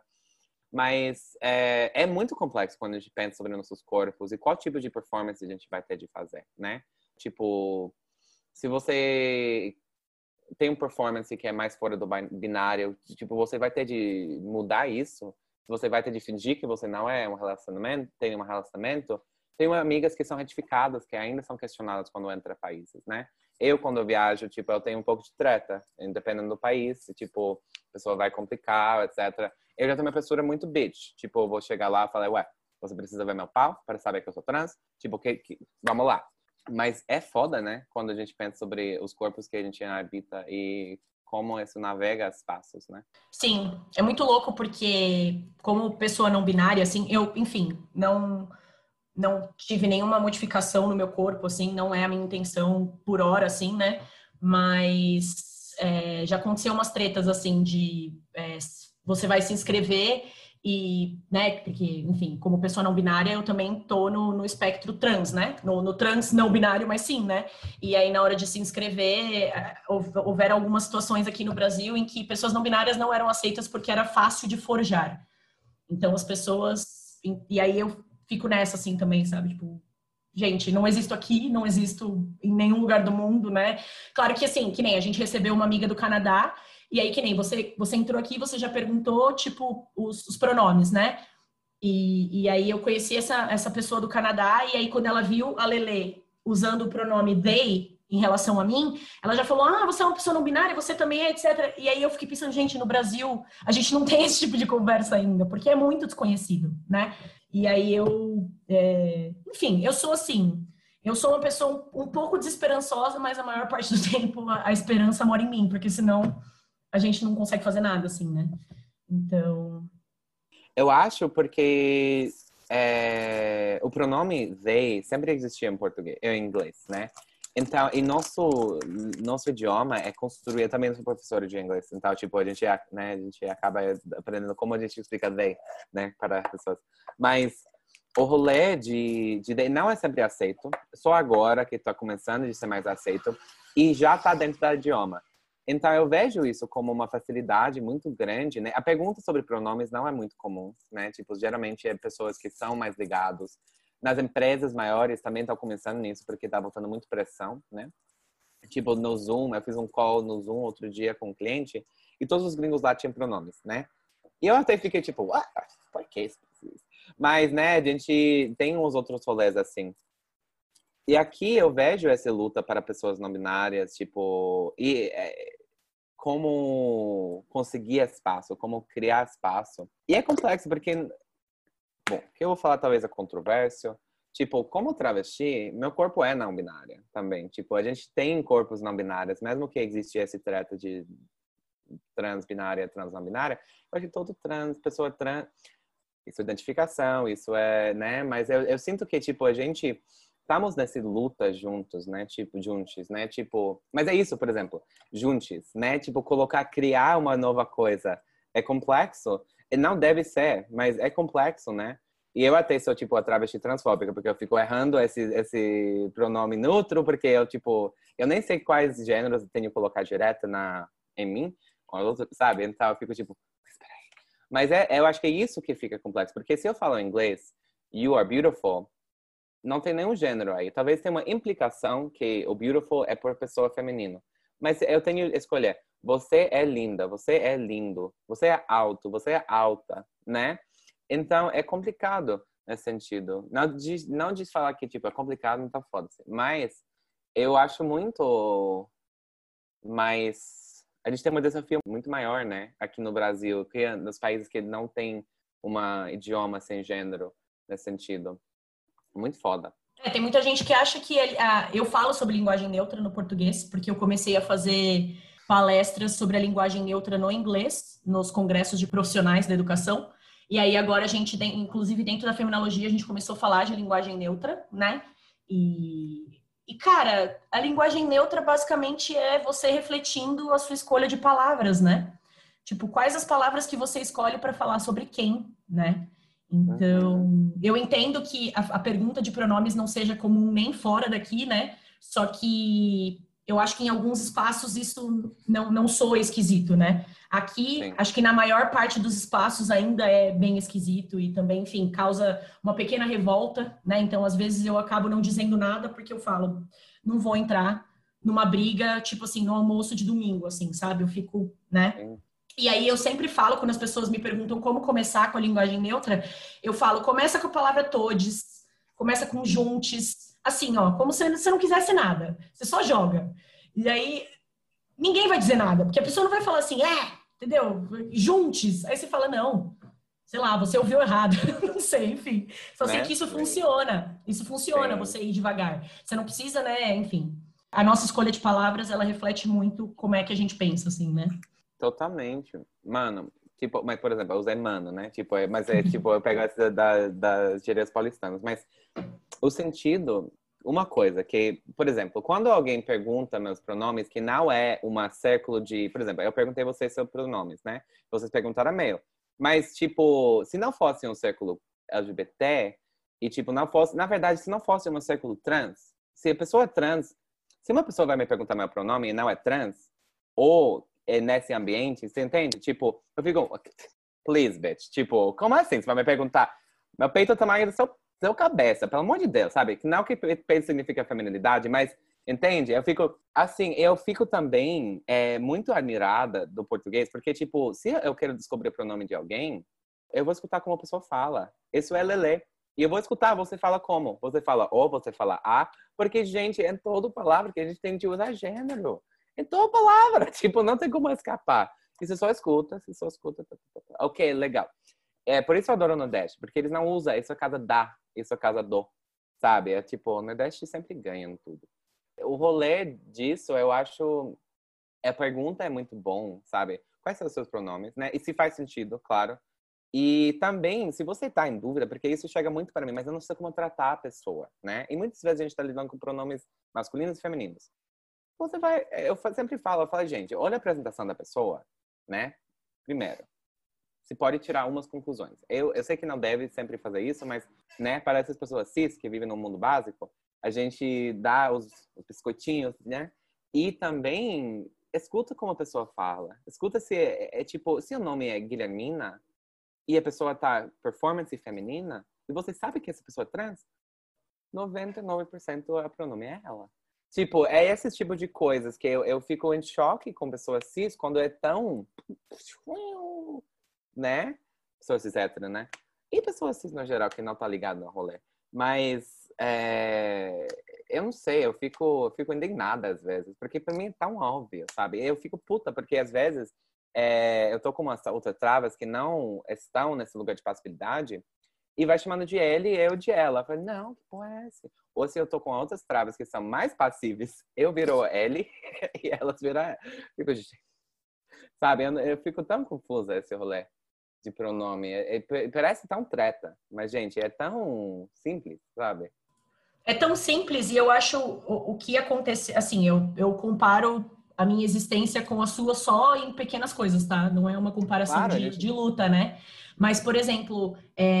Mas é muito complexo quando a gente pensa sobre nossos corpos e qual tipo de performance a gente vai ter de fazer, né? Tipo, se você tem um performance que é mais fora do binário, tipo, você vai ter de mudar isso. Você vai ter de fingir que você não é tem um relacionamento. Tenho amigas que são retificadas, que ainda são questionadas quando entram em países, né? Quando eu viajo, tipo, eu tenho um pouco de treta, dependendo do país, tipo, a pessoa vai complicar, etc. Eu já tenho uma postura muito bitch, tipo, eu vou chegar lá e falar, ué, você precisa ver meu pau para saber que eu sou trans? Tipo, vamos lá. Mas é foda, né? Quando a gente pensa sobre os corpos que a gente habita e como isso navega espaços, né? Sim, é muito louco porque, como pessoa não binária, assim, eu, enfim, não tive nenhuma modificação no meu corpo, assim, não é a minha intenção por hora, assim, né? Mas já aconteceu umas tretas, assim, de você vai se inscrever e, né, porque, enfim, como pessoa não binária, eu também tô no espectro trans, né? No trans não binário, mas sim, né? E aí, na hora de se inscrever, houveram algumas situações aqui no Brasil em que pessoas não binárias não eram aceitas porque era fácil de forjar. Então, as pessoas... E aí, eu fico nessa, assim, também, sabe? Tipo, gente, não existo aqui, não existo em nenhum lugar do mundo, né? Claro que, assim, que nem a gente recebeu uma amiga do Canadá, e aí, que nem você entrou aqui, você já perguntou, tipo, os pronomes, né? E aí eu conheci essa pessoa do Canadá, e aí quando ela viu a Lelê usando o pronome they em relação a mim, ela já falou, você é uma pessoa não binária, você também é, etc. E aí eu fiquei pensando, gente, no Brasil a gente não tem esse tipo de conversa ainda, porque é muito desconhecido, né? E aí enfim, eu sou assim, eu sou uma pessoa um pouco desesperançosa, mas a maior parte do tempo a esperança mora em mim, porque senão a gente não consegue fazer nada, assim, né? Então... Eu acho porque o pronome they sempre existia em português, em inglês, né? Então, e nosso idioma é construído, eu também sou professor de inglês, então, tipo, a gente acaba aprendendo como a gente explica they, né, para as pessoas. Mas o rolê de they não é sempre aceito, só agora que está começando a ser mais aceito, e já está dentro do idioma. Então, eu vejo isso como uma facilidade muito grande, né? A pergunta sobre pronomes não é muito comum, né? Tipo, geralmente é pessoas que são mais ligados. Nas empresas maiores também estão começando nisso, porque tá botando muito pressão, né? Tipo, no Zoom, eu fiz um call no Zoom outro dia com um cliente, e todos os gringos lá tinham pronomes, né? E eu até fiquei tipo, por que isso? Mas, né, a gente tem uns outros rolês assim. E aqui eu vejo essa luta para pessoas não binárias, tipo, como conseguir espaço, como criar espaço. E é complexo porque, bom, o que eu vou falar talvez é controvérsio. Tipo, como travesti, meu corpo é não binário também. Tipo, a gente tem corpos não binários, mesmo que existe esse treta de trans binária, trans não binária. Eu acho que todo trans, pessoa trans, isso é identificação, isso é, né? Mas eu sinto que, tipo, a gente... estamos nessa luta juntos, né? Tipo, juntos, né? Tipo, mas é isso, por exemplo, juntos, né? Tipo, criar uma nova coisa é complexo. E não deve ser, mas é complexo, né? E eu até sou, tipo, a travesti transfóbica, porque eu fico errando esse pronome neutro, porque eu, tipo, eu nem sei quais gêneros eu tenho que colocar direto em mim, sabe? Então eu fico, tipo, espera aí. Mas eu acho que é isso que fica complexo, porque se eu falo em inglês, you are beautiful, não tem nenhum gênero aí. Talvez tenha uma implicação que o beautiful é por pessoa feminina. Mas eu tenho que escolher. Você é linda, você é lindo, você é alto, você é alta, né? Então, é complicado nesse sentido. Não diz falar que, tipo, é complicado, não tá foda. Mas eu acho muito mais... A gente tem um desafio muito maior, né? Aqui no Brasil, que nos países que não tem um idioma sem gênero nesse sentido. Muito foda. Tem muita gente que acha que eu falo sobre linguagem neutra no português, porque eu comecei a fazer palestras sobre a linguagem neutra no inglês, nos congressos de profissionais da educação. E aí agora a gente tem, inclusive dentro da feminologia, a gente começou a falar de linguagem neutra, né? E cara, a linguagem neutra basicamente é você refletindo a sua escolha de palavras, né? Tipo, quais as palavras que você escolhe para falar sobre quem, né? Então, eu entendo que a pergunta de pronomes não seja comum nem fora daqui, né? Só que eu acho que em alguns espaços isso não soa esquisito, né? Aqui, sim, acho que na maior parte dos espaços ainda é bem esquisito e também, enfim, causa uma pequena revolta, né? Então, às vezes eu acabo não dizendo nada porque eu falo, não vou entrar numa briga, tipo assim, no almoço de domingo, assim, sabe? Eu fico, né? Sim. E aí eu sempre falo, quando as pessoas me perguntam como começar com a linguagem neutra, eu falo, começa com a palavra todes, começa com juntes, assim, ó, como se você não quisesse nada, você só joga. E aí ninguém vai dizer nada, porque a pessoa não vai falar assim, entendeu? Juntes. Aí você fala, não, sei lá, você ouviu errado, não sei, enfim. Só sei Né? que isso funciona. Isso funciona, Sim. você ir devagar. Você não precisa, né, enfim. A nossa escolha de palavras, ela reflete muito como é que a gente pensa, assim, né? Totalmente. Mano, tipo, mas por exemplo, eu usei mano, né? Tipo, mas é tipo, eu pego essa das gírias paulistanas. Mas o sentido, uma coisa que, por exemplo, quando alguém pergunta meus pronomes, que não é uma século de. Por exemplo, eu perguntei vocês sobre pronomes, né? Vocês perguntaram meu. Mas, tipo, se não fosse um século LGBT, e tipo, não fosse. Na verdade, se não fosse um século trans, se a pessoa é trans, se uma pessoa vai me perguntar meu pronome e não é trans, ou é nesse ambiente, você entende? Tipo, eu fico, please, bitch. Tipo, como assim? Você vai me perguntar? Meu peito é o tamanho do seu cabeça, pelo amor de Deus, sabe? Que não que peito significa feminilidade, mas, entende? Eu fico também muito admirada do português, porque, tipo, se eu quero descobrir o pronome de alguém, eu vou escutar como a pessoa fala. Isso é lelê. E eu vou escutar, você fala como? Você fala o, você fala a, porque, gente, é toda palavra que a gente tem que usar gênero. É toda palavra, tipo, não tem como escapar. E você só escuta, Ok, legal. Por isso eu adoro o Nordeste, porque eles não usam isso é casa da, isso é casa do, sabe? É tipo, o Nordeste sempre ganha em tudo. O rolê disso, eu acho, a pergunta é muito bom, sabe? Quais são os seus pronomes, né? E se faz sentido, claro. E também, se você tá em dúvida, porque isso chega muito para mim, mas eu não sei como tratar a pessoa, né? E muitas vezes a gente tá lidando com pronomes masculinos e femininos. Você vai, sempre falo, gente, olha a apresentação da pessoa, né? Primeiro, se pode tirar umas conclusões. Eu sei que não deve sempre fazer isso, mas, né, para essas pessoas cis que vivem no mundo básico, a gente dá os biscoitinhos, né? E também escuta como a pessoa fala. Escuta se tipo, se o nome é Guilhermina e a pessoa tá performance feminina, e você sabe que essa pessoa é trans, 99% a pronome é ela. Tipo, é esse tipo de coisas que eu fico em choque com pessoas cis quando é tão... Né? Pessoas cis hétero, né? E pessoas cis no geral que não tá ligado no rolê. Mas, eu não sei, eu fico indignada às vezes. Porque pra mim é tão óbvio, sabe? Eu fico puta porque às vezes eu tô com umas outras travas que não estão nesse lugar de passibilidade e vai chamando de ele e eu de ela. Eu falo, não, que porra é essa? Ou se eu tô com outras travas que são mais passíveis, eu viro ele e elas viram... Fico, sabe, eu fico tão confusa esse rolê de pronome. Parece tão treta, mas, gente, é tão simples, sabe? É tão simples e eu acho o que acontece, assim, eu comparo a minha existência com a sua só em pequenas coisas, tá? Não é uma comparação Claro, de luta, né? Mas, por exemplo,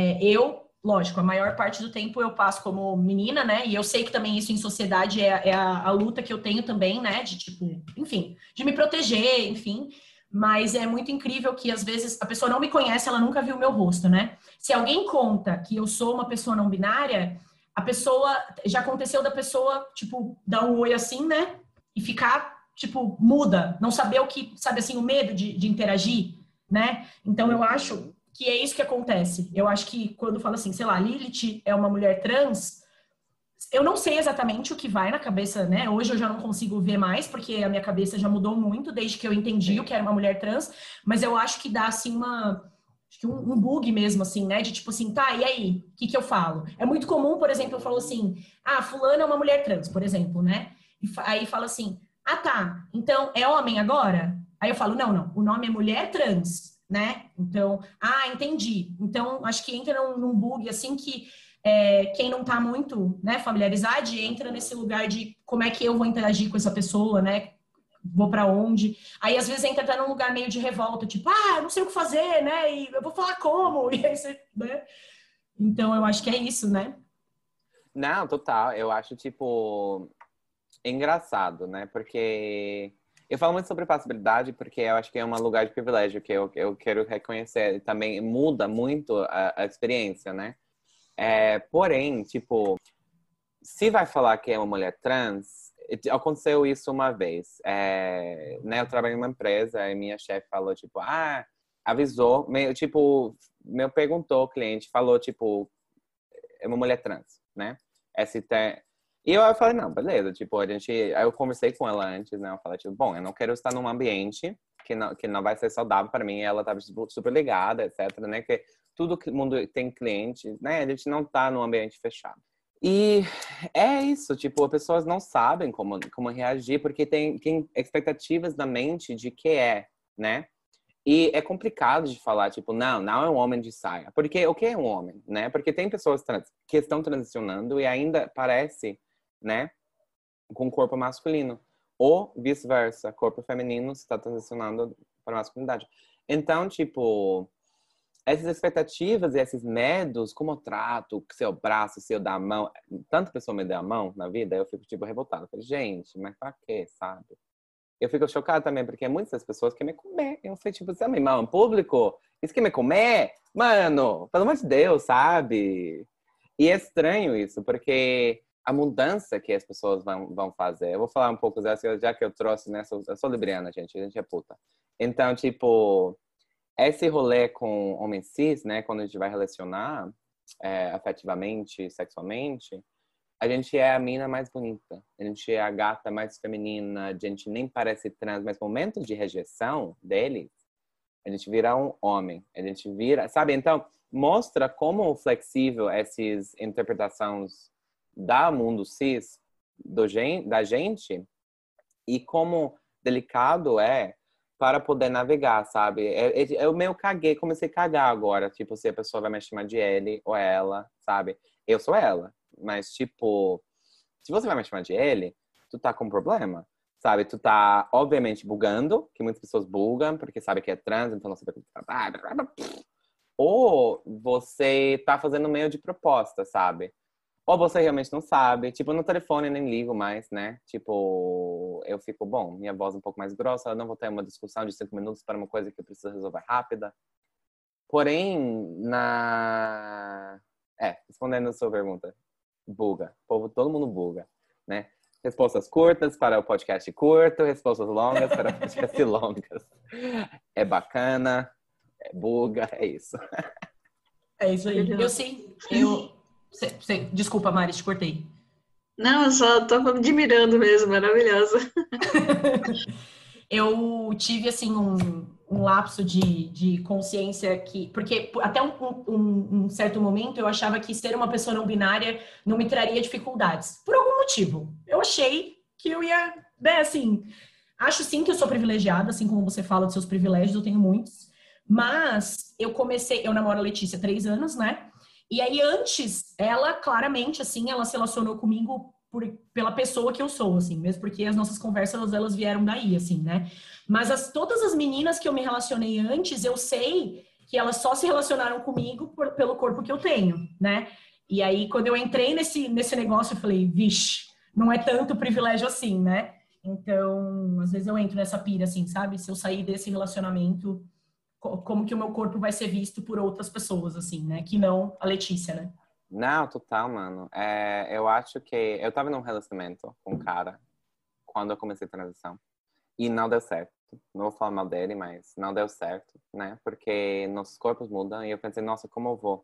lógico, a maior parte do tempo eu passo como menina, né? E eu sei que também isso em sociedade é a luta que eu tenho também, né? De tipo, enfim, de me proteger, enfim. Mas é muito incrível que às vezes a pessoa não me conhece, ela nunca viu o meu rosto, né? Se alguém conta que eu sou uma pessoa não binária, a pessoa, já aconteceu da pessoa, tipo, dar um oi assim, né? E ficar, tipo, muda, não saber o que, sabe assim, o medo de interagir, né? Então eu acho que é isso que acontece. Eu acho que quando fala assim, sei lá, Lilith é uma mulher trans, eu não sei exatamente o que vai na cabeça, né? Hoje eu já não consigo ver mais, porque a minha cabeça já mudou muito desde que eu entendi o que era uma mulher trans, mas eu acho que dá, assim, acho que um bug mesmo, assim, né? De tipo assim, tá, e aí? O que eu falo? É muito comum, por exemplo, eu falo assim, fulana é uma mulher trans, por exemplo, né? E aí fala assim, tá, então é homem agora? Aí eu falo, não, o nome é mulher trans, né? Então, entendi. Então, acho que entra num bug, assim, que quem não tá muito, né, familiarizado, entra nesse lugar de como é que eu vou interagir com essa pessoa, né? Vou para onde? Aí às vezes entra até num lugar meio de revolta, tipo, eu não sei o que fazer, né? E eu vou falar como? E aí você, né? Então eu acho que é isso, né? Não, total. Eu acho, tipo, engraçado, né? Porque eu falo muito sobre passibilidade porque eu acho que é um lugar de privilégio que eu quero reconhecer. Também muda muito a experiência, né? Porém, tipo, se vai falar que é uma mulher trans, aconteceu isso uma vez. Né, eu trabalho em uma empresa e minha chefe falou, tipo, avisou, me perguntou, o cliente falou, tipo, é uma mulher trans, né? E eu falei, não, beleza, tipo, aí eu conversei com ela antes, né? Eu falei, tipo, bom, eu não quero estar num ambiente que não vai ser saudável para mim. E ela tava tipo, super ligada, etc, né? Que tudo que o mundo tem cliente, né? A gente não tá num ambiente fechado. E é isso, tipo, as pessoas não sabem como reagir, porque tem expectativas na mente de que né? E é complicado de falar, tipo, não é um homem de saia. Porque o que é um homem, né? Porque tem pessoas que estão transicionando e ainda parece, né, com o corpo masculino. Ou vice-versa, corpo feminino está transicionando para a masculinidade. Então, tipo, essas expectativas e esses medos, como eu trato seu braço, se eu dar a mão. Tanta pessoa me deu a mão na vida, eu fico, tipo, revoltada. Eu falei, gente, mas pra quê, sabe? Eu fico chocada também, porque muitas das pessoas querem me comer. Eu falei, tipo, você é minha mão, público? Isso quer me comer? Mano, pelo amor de Deus, sabe? E é estranho isso, porque a mudança que as pessoas vão fazer. Eu vou falar um pouco, já que eu trouxe, né? Eu sou libriana, gente. A gente é puta. Então, tipo, esse rolê com homem cis, né? Quando a gente vai relacionar afetivamente, sexualmente, a gente é a mina mais bonita. A gente é a gata mais feminina. A gente nem parece trans, mas momentos de rejeição deles, a gente vira um homem. A gente vira, sabe? Então, mostra como flexível essas interpretações da mundo cis da gente e como delicado é para poder navegar, sabe? Eu meio caguei, comecei a cagar agora, tipo, se a pessoa vai me chamar de ele ou ela, sabe? Eu sou ela, mas, tipo, se você vai me chamar de ele, tu tá com problema, sabe? Tu tá, obviamente, bugando, que muitas pessoas bugam, porque sabe que é trans, então não sabe o que tá. Ou você tá fazendo meio de proposta, sabe? Ou você realmente não sabe. Tipo, no telefone eu nem ligo mais, né? Tipo, eu fico, bom, minha voz é um pouco mais grossa, eu não vou ter uma discussão de 5 minutos para uma coisa que eu preciso resolver rápida. Porém, respondendo a sua pergunta, buga. Todo mundo buga, né? Respostas curtas para o podcast curto, respostas longas para o podcast longas. É bacana, buga, é isso. É isso aí. Eu sim, desculpa, Mari, te cortei. Não, eu só tô admirando mesmo, maravilhosa. Eu tive, assim, um lapso de consciência porque até um certo momento eu achava que ser uma pessoa não binária não me traria dificuldades. Por algum motivo. Eu achei que eu ia, né, assim... Acho sim que eu sou privilegiada, assim como você fala dos seus privilégios, eu tenho muitos. Mas eu namoro a Letícia há 3 anos, né? E aí antes, ela claramente, assim, ela se relacionou comigo pela pessoa que eu sou, assim, mesmo porque as nossas conversas, elas vieram daí, assim, né? Mas todas as meninas que eu me relacionei antes, eu sei que elas só se relacionaram comigo pelo corpo que eu tenho, né? E aí, quando eu entrei nesse negócio, eu falei, vixe, não é tanto privilégio assim, né? Então, às vezes eu entro nessa pira, assim, sabe? Se eu sair desse relacionamento, como que o meu corpo vai ser visto por outras pessoas, assim, né? Que não a Letícia, né? Não, total, mano. Eu acho que... Eu tava num relacionamento com um cara quando eu comecei a transição. E não deu certo. Não vou falar mal dele, mas não deu certo, né? Porque nossos corpos mudam. E eu pensei, nossa, como eu vou?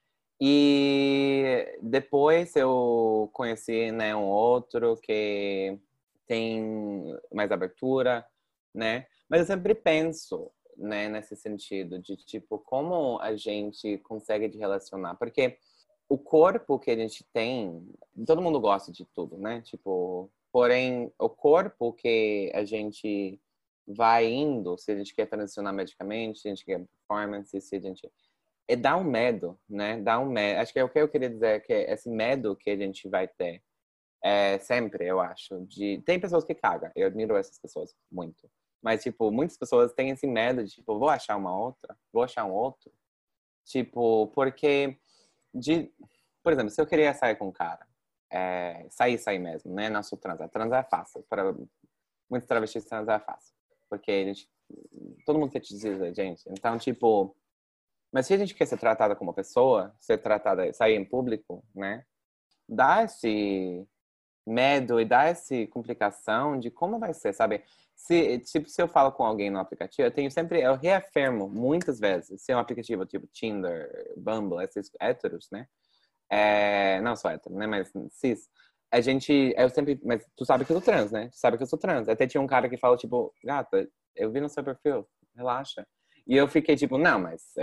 E depois eu conheci, né, um outro que tem mais abertura, né? Mas eu sempre penso, né, nesse sentido de, tipo, como a gente consegue de relacionar. Porque o corpo que a gente tem, todo mundo gosta de tudo, né? Tipo, porém, o corpo que a gente vai indo, se a gente quer transicionar medicamente, se a gente quer performance, se a gente... dá um medo, né? Dá um medo. Acho que é o que eu queria dizer, que é esse medo que a gente vai ter. Sempre, eu acho. Tem pessoas que cagam. Eu admiro essas pessoas muito. Mas, tipo, muitas pessoas têm esse medo de, tipo, vou achar uma outra? Vou achar um outro? Tipo, porque... Por exemplo, se eu queria sair com um cara, sair mesmo, né? Não sou trans. A trans é fácil. Para muitos travestis, trans é fácil. Porque todo mundo fetichiza, gente. Então, tipo... Mas se a gente quer ser tratada como pessoa, sair em público, né? Dá esse medo e dá essa complicação de como vai ser, sabe? Se eu falo com alguém no aplicativo, eu reafirmo muitas vezes, se é um aplicativo tipo Tinder, Bumble, esses héteros, né? Não sou hétero, né? Mas cis. Mas tu sabe que eu sou trans, né? Tu sabe que eu sou trans. Até tinha um cara que falou, tipo, gata, eu vi no seu perfil, relaxa. E eu fiquei tipo, não, mas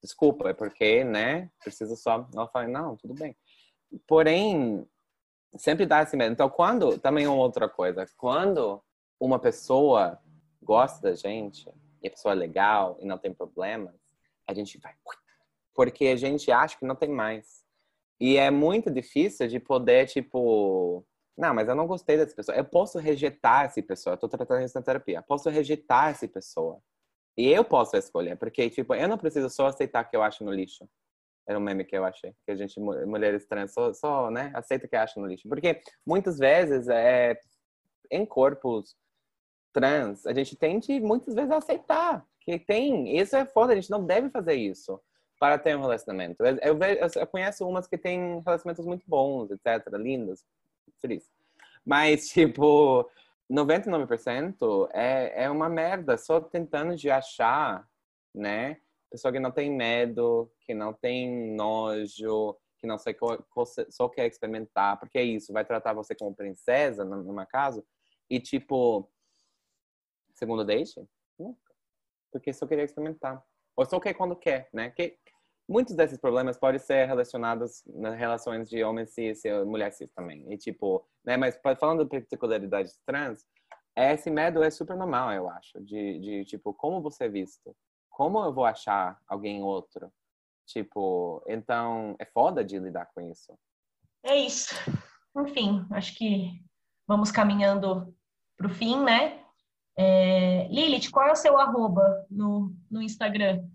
desculpa, é porque, né, preciso só... Ela fala, não, tudo bem. Porém, sempre dá esse medo. Então, também uma outra coisa, quando uma pessoa gosta da gente, e a pessoa é legal e não tem problemas, a gente vai... Porque a gente acha que não tem mais. E é muito difícil de poder, tipo... Não, mas eu não gostei dessa pessoa. Eu posso rejeitar essa pessoa. Eu tô tratando isso na terapia. Eu posso rejeitar essa pessoa. E eu posso escolher. Porque, tipo, eu não preciso só aceitar que eu acho no lixo. Era um meme que eu achei. Que a gente, mulheres trans, só né, aceita que acha no lixo. Porque, muitas vezes, em corpos trans, a gente tem de, muitas vezes, aceitar. Que tem... Isso é foda. A gente não deve fazer isso para ter um relacionamento. Eu conheço umas que têm relacionamentos muito bons, etc. Lindos. Feliz. Mas, tipo, 99% é uma merda. Só tentando de achar, né? Pessoa que não tem medo, que não tem nojo, que não só quer experimentar. Porque é isso, vai tratar você como princesa, numa casa. E, tipo, segundo date? Nunca. Porque só queria experimentar. Ou só quer quando quer, né? Que muitos desses problemas podem ser relacionados nas relações de homem cis e mulher cis também. E tipo, né, mas falando de particularidades trans, esse medo é super normal, eu acho. De tipo, como você é visto? Como eu vou achar alguém outro? Tipo, então, é foda de lidar com isso. É isso. Enfim, acho que vamos caminhando pro fim, né? Lilith, qual é o seu arroba no Instagram?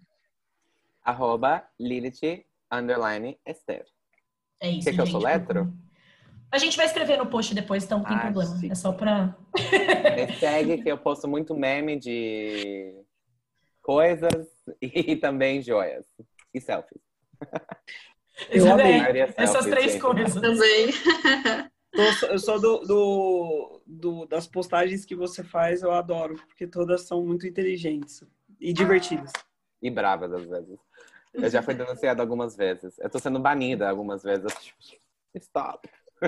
@Lilith_Esther. É isso, Quer que eu gente. soletro? A gente vai escrever no post depois, então não tem problema. Sim. É só pra... Me segue que eu posto muito meme de coisas e também joias. E selfies. Eu amei. Essas três gente. coisas. Também. Eu sou das postagens que você faz, eu adoro, porque todas são muito inteligentes e divertidas. E bravas, às vezes. Eu já fui denunciada algumas vezes. Eu tô sendo banida algumas vezes. Stop.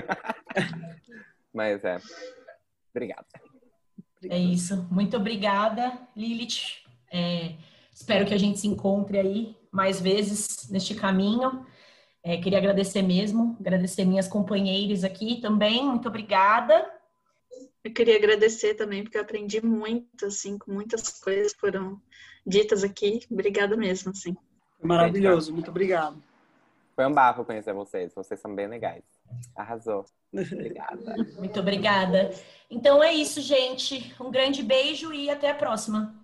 Mas obrigada. É isso. Muito obrigada, Lilith. Espero que a gente se encontre aí mais vezes neste caminho. Queria agradecer mesmo, agradecer minhas companheiras aqui também. Muito obrigada. Eu queria agradecer também, porque eu aprendi muito, assim, com muitas coisas que foram ditas aqui. Obrigada mesmo, assim. Maravilhoso, muito obrigado. Foi um bafo conhecer vocês. Vocês são bem legais. Arrasou. Obrigada. Muito obrigada. Então é isso, gente. Um grande beijo e até a próxima.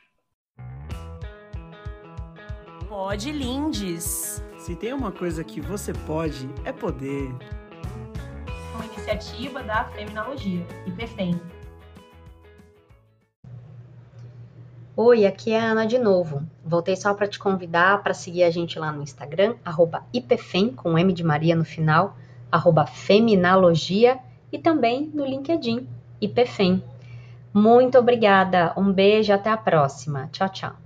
Pode Lindes. Se tem uma coisa que você pode, é poder. Uma iniciativa da Feminologia, IPFEM. Oi, aqui é a Ana de novo. Voltei só para te convidar para seguir a gente lá no Instagram, @IPFEM, com M de Maria no final, @Feminalogia e também no LinkedIn, IPFEM. Muito obrigada, um beijo, até a próxima. Tchau, tchau.